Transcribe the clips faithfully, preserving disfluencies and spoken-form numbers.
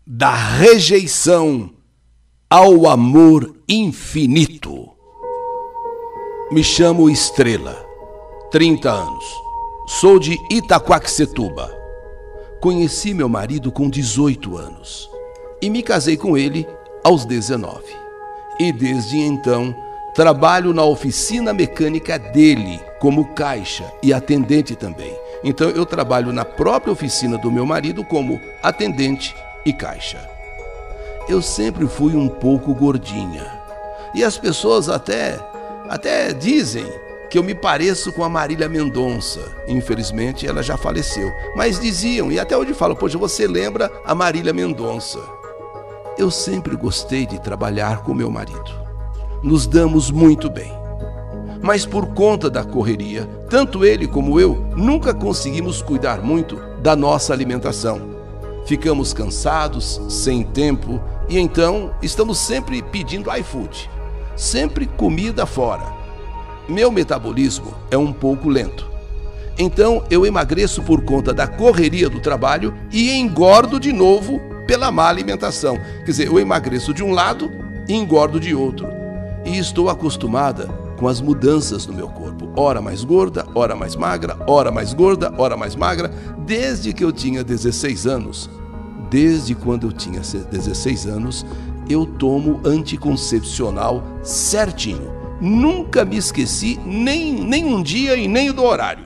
Da rejeição ao amor infinito. Me chamo Estrela, trinta anos. Sou de Itaquaquecetuba. Conheci meu marido com dezoito anos e me casei com ele aos dezenove. E desde então trabalho na oficina mecânica dele como caixa e atendente também. Então eu trabalho na própria oficina do meu marido como atendente e caixa. Eu sempre fui um pouco gordinha e as pessoas até, até dizem que eu me pareço com a Marília Mendonça. Infelizmente ela já faleceu, mas diziam, e até hoje falam, poxa, você lembra a Marília Mendonça. Eu sempre gostei de trabalhar com meu marido. Nos damos muito bem. Mas por conta da correria, tanto ele como eu nunca conseguimos cuidar muito da nossa alimentação. Ficamos cansados, sem tempo, e então estamos sempre pedindo iFood. Sempre comida fora. Meu metabolismo é um pouco lento. Então eu emagreço por conta da correria do trabalho e engordo de novo pela má alimentação. Quer dizer, eu emagreço de um lado e engordo de outro. E estou acostumada com as mudanças no meu corpo. Ora mais gorda, ora mais magra, ora mais gorda, ora mais magra, desde que eu tinha dezesseis anos. Desde quando eu tinha dezesseis anos, eu tomo anticoncepcional certinho. Nunca me esqueci, nem, nem um dia e nem do horário.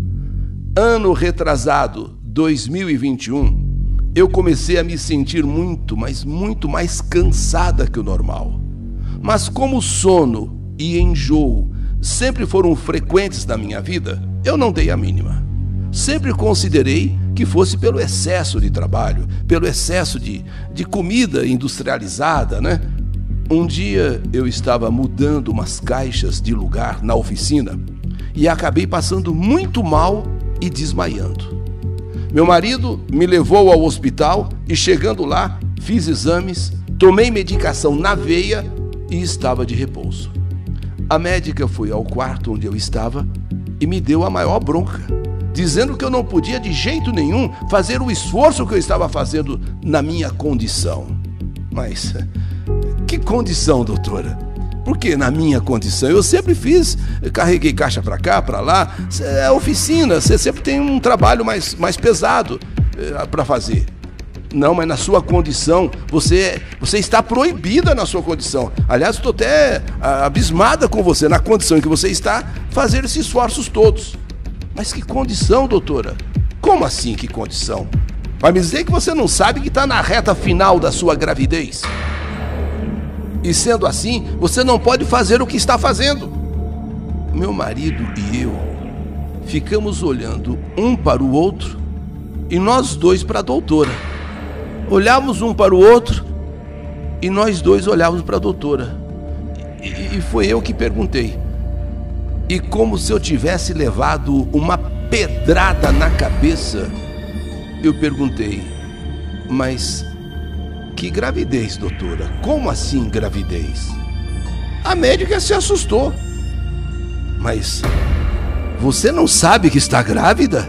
Ano retrasado, dois mil e vinte e um, eu comecei a me sentir muito, mas muito mais cansada que o normal. Mas como sono e enjoo sempre foram frequentes na minha vida, eu não dei a mínima. Sempre considerei que fosse pelo excesso de trabalho, pelo excesso de, de comida industrializada, né? Um dia eu estava mudando umas caixas de lugar na oficina e acabei passando muito mal e desmaiando. Meu marido me levou ao hospital e, chegando lá, fiz exames, tomei medicação na veia e estava de repouso. A médica foi ao quarto onde eu estava e me deu a maior bronca, dizendo que eu não podia de jeito nenhum fazer o esforço que eu estava fazendo na minha condição. Mas que condição, doutora? Porque na minha condição eu sempre fiz, carreguei caixa para cá, para lá, é oficina, você sempre tem um trabalho mais, mais pesado é, para fazer. Não, mas na sua condição, você, você está proibida na sua condição. Aliás, estou até abismada com você, na condição em que você está, fazer esses esforços todos. Mas que condição, doutora? Como assim, que condição? Vai me dizer que você não sabe que está na reta final da sua gravidez? E sendo assim, você não pode fazer o que está fazendo. Meu marido e eu ficamos olhando um para o outro e nós dois para a doutora. Olhávamos um para o outro e nós dois olhávamos para a doutora. E, e foi eu que perguntei. E como se eu tivesse levado uma pedrada na cabeça, eu perguntei, mas que gravidez, doutora? Como assim gravidez? A médica se assustou. Mas você não sabe que está grávida?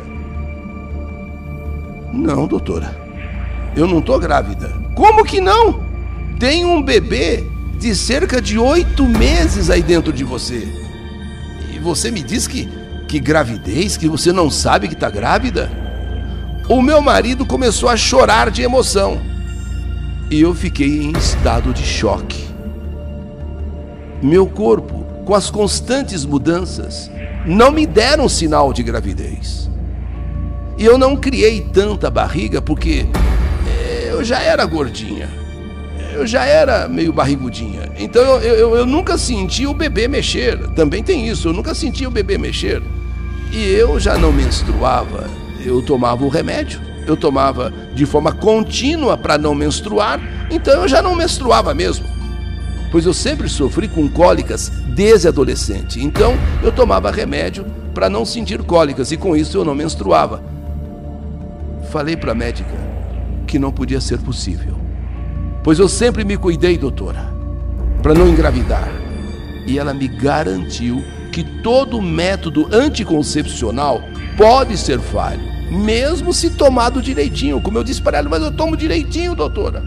Não, doutora, eu não estou grávida. Como que não? Tem um bebê de cerca de oito meses aí dentro de você. E você me diz que, que gravidez, que você não sabe que está grávida? O meu marido começou a chorar de emoção. E eu fiquei em estado de choque. Meu corpo, com as constantes mudanças, não me deram sinal de gravidez. E eu não criei tanta barriga porque eu já era gordinha. Eu já era meio barrigudinha. Então eu, eu, eu nunca senti o bebê mexer. Também tem isso, eu nunca senti o bebê mexer. E eu já não menstruava. Eu tomava o remédio. Eu tomava de forma contínua para não menstruar, então eu já não menstruava mesmo. Pois eu sempre sofri com cólicas desde adolescente, então eu tomava remédio para não sentir cólicas e com isso eu não menstruava. Falei para a médica que não podia ser possível, pois eu sempre me cuidei, doutora, para não engravidar. E ela me garantiu que todo método anticoncepcional pode ser falho. mesmo se tomado direitinho. Como eu disse para ela, mas eu tomo direitinho, doutora.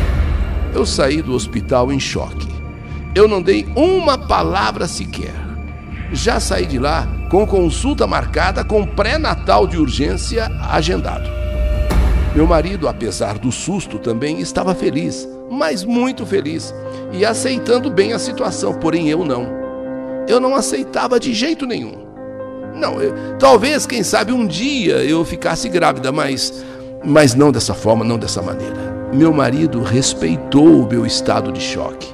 Eu saí do hospital em choque. Eu não dei uma palavra sequer. Já saí de lá com consulta marcada, com pré-natal de urgência agendado. Meu marido, apesar do susto, também estava feliz, mas muito feliz, e aceitando bem a situação, porém eu não. Eu não aceitava de jeito nenhum. Não, eu, talvez, quem sabe, um dia eu ficasse grávida, mas, mas não dessa forma, não dessa maneira. Meu marido respeitou o meu estado de choque.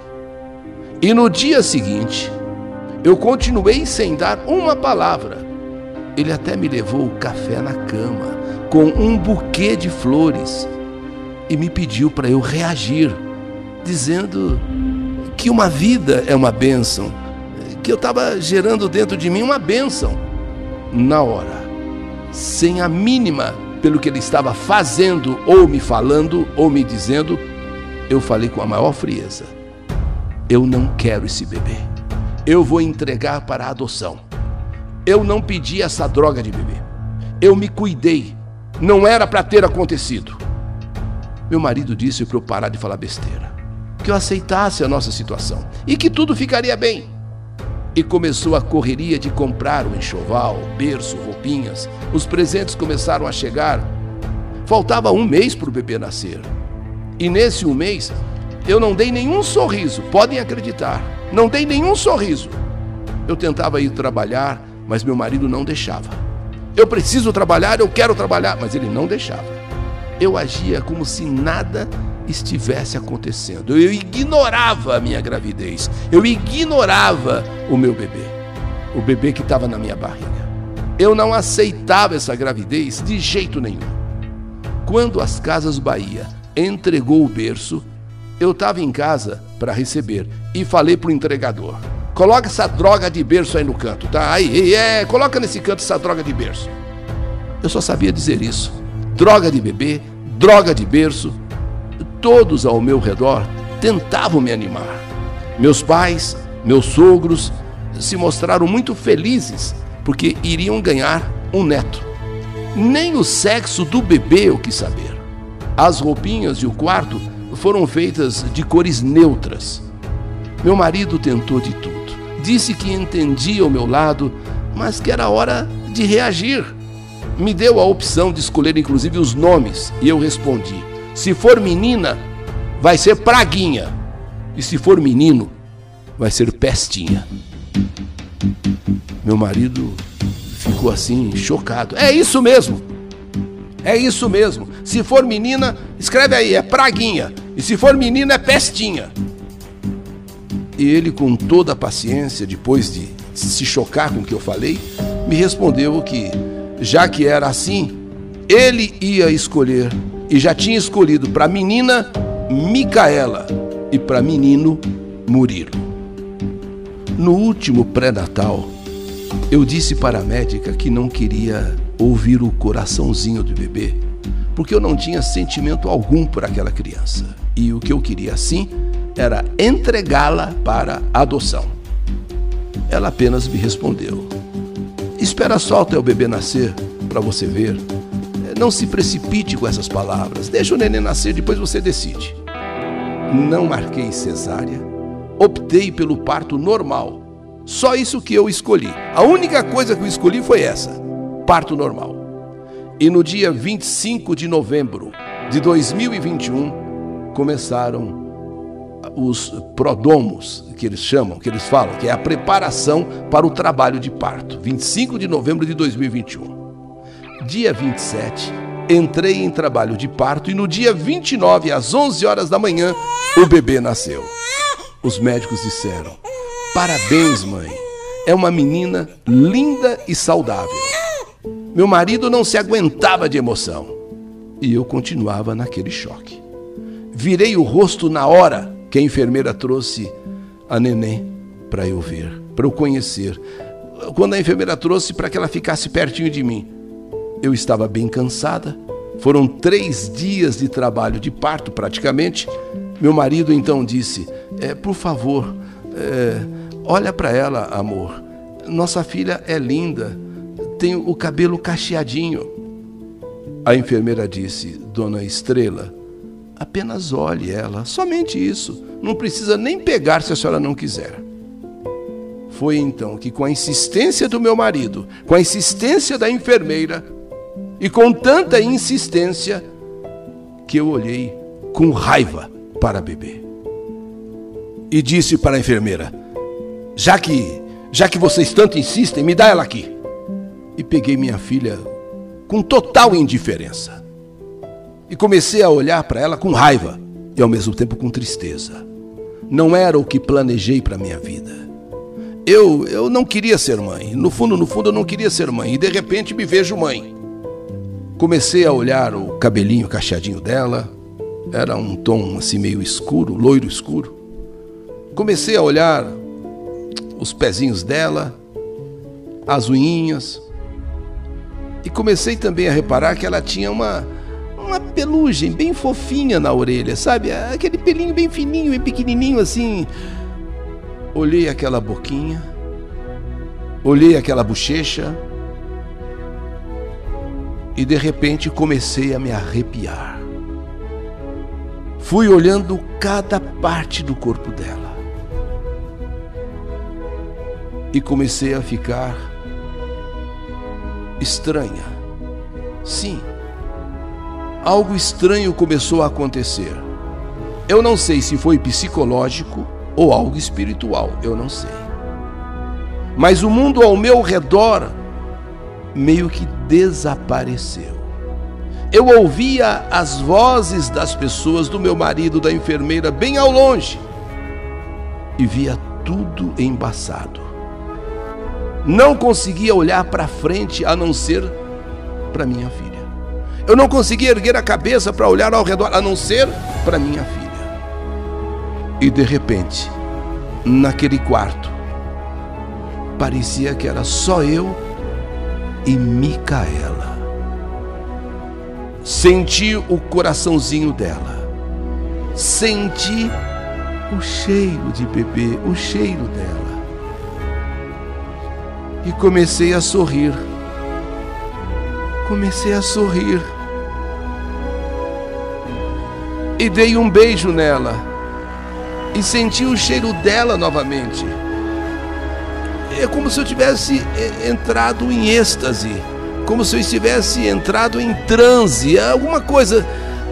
E no dia seguinte, eu continuei sem dar uma palavra. Ele até me levou café na cama, com um buquê de flores, e me pediu para eu reagir, dizendo que uma vida é uma bênção, que eu estava gerando dentro de mim uma bênção. Na hora, sem a mínima pelo que ele estava fazendo, ou me falando, ou me dizendo, eu falei com a maior frieza: eu não quero esse bebê. Eu vou entregar para a adoção. Eu não pedi essa droga de bebê. Eu me cuidei. Não era para ter acontecido. Meu marido disse para eu parar de falar besteira, que eu aceitasse a nossa situação e que tudo ficaria bem. E começou a correria de comprar o enxoval, berço, roupinhas. Os presentes começaram a chegar. Faltava um mês para o bebê nascer. E nesse um mês, eu não dei nenhum sorriso, podem acreditar. Não dei nenhum sorriso. Eu tentava ir trabalhar, mas meu marido não deixava. Eu preciso trabalhar, eu quero trabalhar, mas ele não deixava. Eu agia como se nada estivesse acontecendo. Eu ignorava a minha gravidez. Eu ignorava o meu bebê. O bebê que estava na minha barriga. Eu não aceitava essa gravidez de jeito nenhum. Quando as Casas Bahia entregou o berço, eu estava em casa para receber e falei para o entregador: coloca essa droga de berço aí no canto, tá? Aí, é, coloca nesse canto essa droga de berço. Eu só sabia dizer isso. Droga de bebê, droga de berço. Todos ao meu redor tentavam me animar. Meus pais, meus sogros se mostraram muito felizes porque iriam ganhar um neto. Nem o sexo do bebê eu quis saber. As roupinhas e o quarto foram feitas de cores neutras. Meu marido tentou de tudo. Disse que entendia o meu lado, mas que era hora de reagir. Me deu a opção de escolher inclusive os nomes e eu respondi: se for menina, vai ser Praguinha. E se for menino, vai ser Pestinha. Meu marido ficou assim, chocado. É isso mesmo. É isso mesmo. Se for menina, escreve aí, é Praguinha. E se for menina, é Pestinha. E ele, com toda a paciência, depois de se chocar com o que eu falei, me respondeu que, já que era assim, ele ia escolher, e já tinha escolhido para menina, Micaela, e para menino, Murilo. No último pré-natal, eu disse para a médica que não queria ouvir o coraçãozinho do bebê, porque eu não tinha sentimento algum por aquela criança. E o que eu queria, sim, era entregá-la para adoção. Ela apenas me respondeu: espera só até o bebê nascer para você ver. Não se precipite com essas palavras. Deixa o neném nascer, depois você decide. Não marquei cesárea. Optei pelo parto normal. Só isso que eu escolhi. A única coisa que eu escolhi foi essa: parto normal. E no dia vinte e cinco de novembro de dois mil e vinte e um, começaram os prodomos, que eles chamam, que eles falam, que é a preparação para o trabalho de parto. vinte e cinco de novembro de dois mil e vinte e um. Dia vinte e sete, entrei em trabalho de parto e no dia vinte e nove, às onze horas da manhã, o bebê nasceu. Os médicos disseram: parabéns, mãe, é uma menina linda e saudável. Meu marido não se aguentava de emoção e eu continuava naquele choque. Virei o rosto na hora que a enfermeira trouxe a neném para eu ver, para eu conhecer. Quando a enfermeira trouxe para que ela ficasse pertinho de mim, eu estava bem cansada. Foram três dias de trabalho de parto praticamente. Meu marido então disse: é, por favor, é, olha para ela, amor. Nossa filha é linda, tem o cabelo cacheadinho. A enfermeira disse: Dona Estrela, apenas olhe ela, somente isso. Não precisa nem pegar se a senhora não quiser. Foi então que, com a insistência do meu marido, com a insistência da enfermeira e com tanta insistência, que eu olhei com raiva para a bebê. E disse para a enfermeira: já que, já que vocês tanto insistem, me dá ela aqui. E peguei minha filha com total indiferença. E comecei a olhar para ela com raiva e ao mesmo tempo com tristeza. Não era o que planejei para a minha vida. Eu, eu não queria ser mãe. No fundo, no fundo, eu não queria ser mãe. E de repente me vejo mãe. Comecei a olhar o cabelinho cacheadinho dela. Era um tom assim meio escuro, loiro escuro. Comecei a olhar os pezinhos dela, as unhinhas. E comecei também a reparar que ela tinha uma, uma pelugem bem fofinha na orelha, sabe? Aquele pelinho bem fininho, bem pequenininho assim. Olhei aquela boquinha, olhei aquela bochecha e de repente comecei a me arrepiar. Fui olhando cada parte do corpo dela e comecei a ficar estranha. Sim, algo estranho começou a acontecer. Eu não sei se foi psicológico ou algo espiritual, eu não sei. Mas o mundo ao meu redor meio que desapareceu. Eu ouvia as vozes das pessoas, do meu marido, da enfermeira, bem ao longe, e via tudo embaçado. Não conseguia olhar para frente a não ser para minha filha. Eu não conseguia erguer a cabeça para olhar ao redor a não ser para minha filha. E de repente, naquele quarto, parecia que era só eu e Micaela. Senti o coraçãozinho dela. Senti o cheiro de bebê, o cheiro dela. E comecei a sorrir. Comecei a sorrir. E dei um beijo nela. E senti o cheiro dela novamente. É como se eu tivesse entrado em êxtase. Como se eu estivesse entrado em transe. Alguma coisa.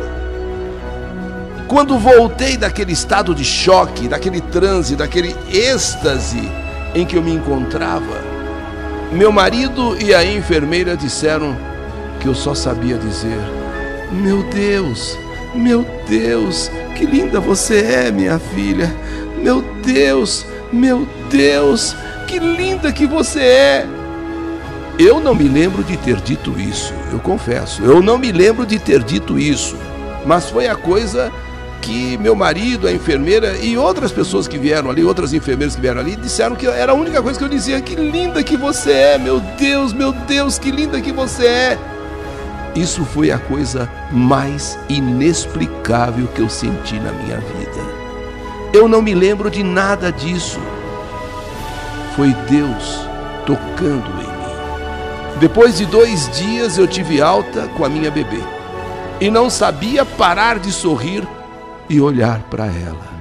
Quando voltei daquele estado de choque, daquele transe, daquele êxtase em que eu me encontrava, meu marido e a enfermeira disseram que eu só sabia dizer: meu Deus, meu Deus, que linda você é, minha filha. Meu Deus, meu Deus, que linda que você é. Eu não me lembro de ter dito isso, eu confesso. Eu não me lembro de ter dito isso. Mas foi a coisa que meu marido, a enfermeira e outras pessoas que vieram ali, outras enfermeiras que vieram ali, disseram que era a única coisa que eu dizia: que linda que você é, meu Deus, meu Deus, que linda que você é. Isso foi a coisa mais inexplicável que eu senti na minha vida. Eu não me lembro de nada disso. Foi Deus tocando em mim. Depois de dois dias eu tive alta com a minha bebê e não sabia parar de sorrir e olhar para ela.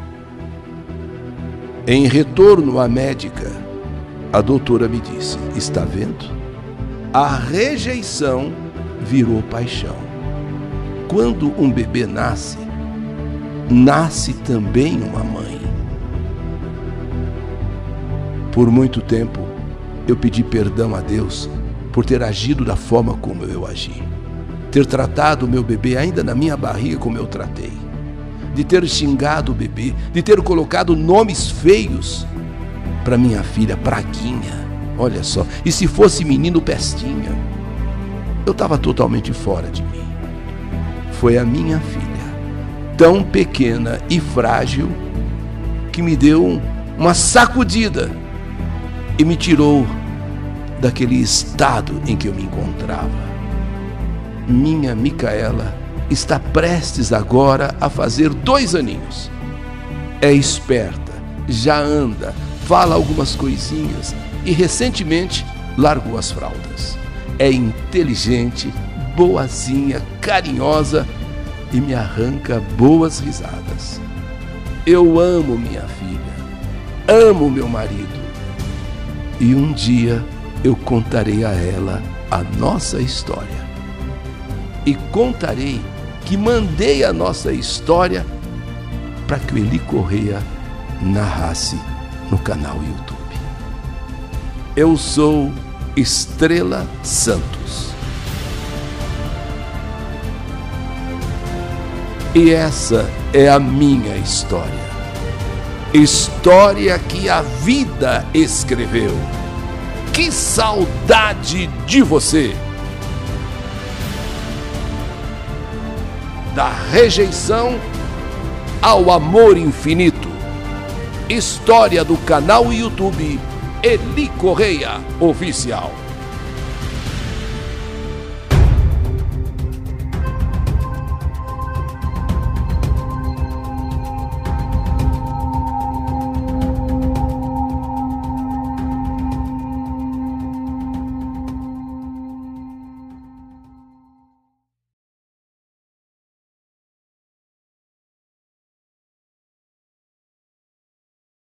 Em retorno à médica, a doutora me disse: está vendo? A rejeição virou paixão. Quando um bebê nasce, nasce também uma mãe. Por muito tempo, eu pedi perdão a Deus por ter agido da forma como eu agi, ter tratado o meu bebê ainda na minha barriga como eu tratei, de ter xingado o bebê, de ter colocado nomes feios para minha filha, Praguinha, olha só, e se fosse menino, Pestinha. Eu estava totalmente fora de mim. Foi a minha filha, tão pequena e frágil, que me deu uma sacudida e me tirou daquele estado em que eu me encontrava. Minha Micaela está prestes agora a fazer dois aninhos. É esperta, já anda, fala algumas coisinhas e recentemente largou as fraldas. É inteligente, boazinha, carinhosa e me arranca boas risadas. Eu amo minha filha, amo meu marido, e um dia eu contarei a ela a nossa história. E contarei que mandei a nossa história para que o Eli Correia narrasse no canal YouTube. Eu sou Estrela Santos. E essa é a minha história. História que a vida escreveu. Que saudade de você! Da rejeição ao amor infinito. História do canal YouTube Eli Correia Oficial.